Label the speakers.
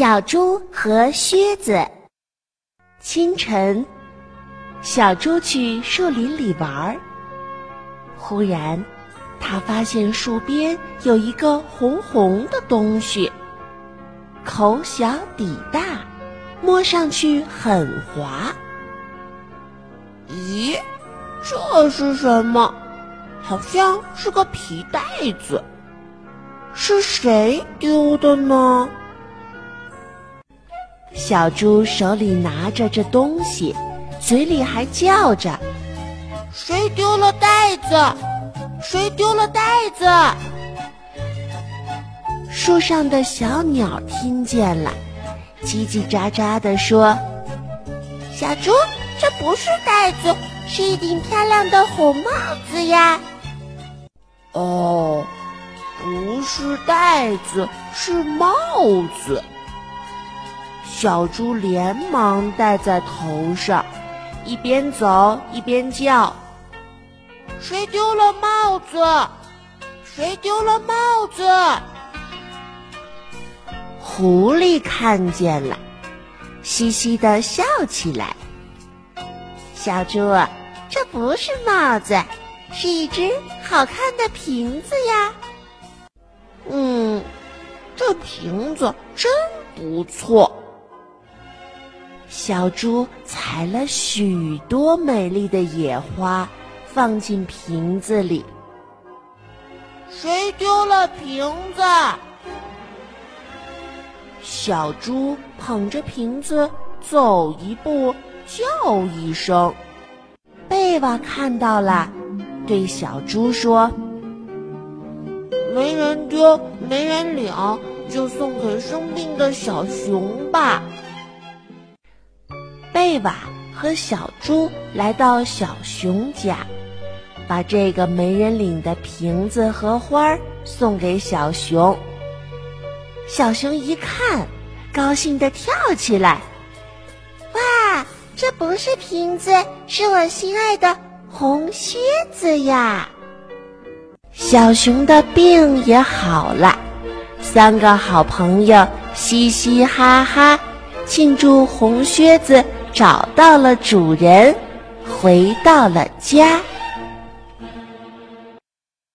Speaker 1: 小猪和靴子。清晨，小猪去树林里玩，忽然他发现树边有一个红红的东西，口小底大，摸上去很滑。
Speaker 2: 咦，这是什么？好像是个皮袋子，是谁丢的呢？
Speaker 1: 小猪手里拿着这东西，嘴里还叫着：“
Speaker 2: 谁丢了袋子？谁丢了袋子？”
Speaker 1: 树上的小鸟听见了，叽叽喳喳地说：“
Speaker 3: 小猪，这不是袋子，是一顶漂亮的红帽子呀。”
Speaker 2: 哦，不是袋子，是帽子。小猪连忙戴在头上，一边走一边叫：“谁丢了帽子？谁丢了帽子？”
Speaker 1: 狐狸看见了，嘻嘻地笑起来：“
Speaker 3: 小猪，这不是帽子，是一只好看的瓶子呀。”
Speaker 2: 这瓶子真不错。
Speaker 1: 小猪采了许多美丽的野花，放进瓶子里。
Speaker 2: 谁丢了瓶子？小猪捧着瓶子走一步，叫一声。
Speaker 1: 贝瓦看到了，对小猪说：“
Speaker 2: 没人丢，没人领，就送给生病的小熊吧。”
Speaker 1: 贝瓦和小猪来到小熊家，把这个没人领的瓶子和花送给小熊。小熊一看，高兴地跳起来：“
Speaker 3: 哇，这不是瓶子，是我心爱的红靴子呀！”
Speaker 1: 小熊的病也好了，三个好朋友嘻嘻哈哈庆祝红靴子找到了主人，回到了家。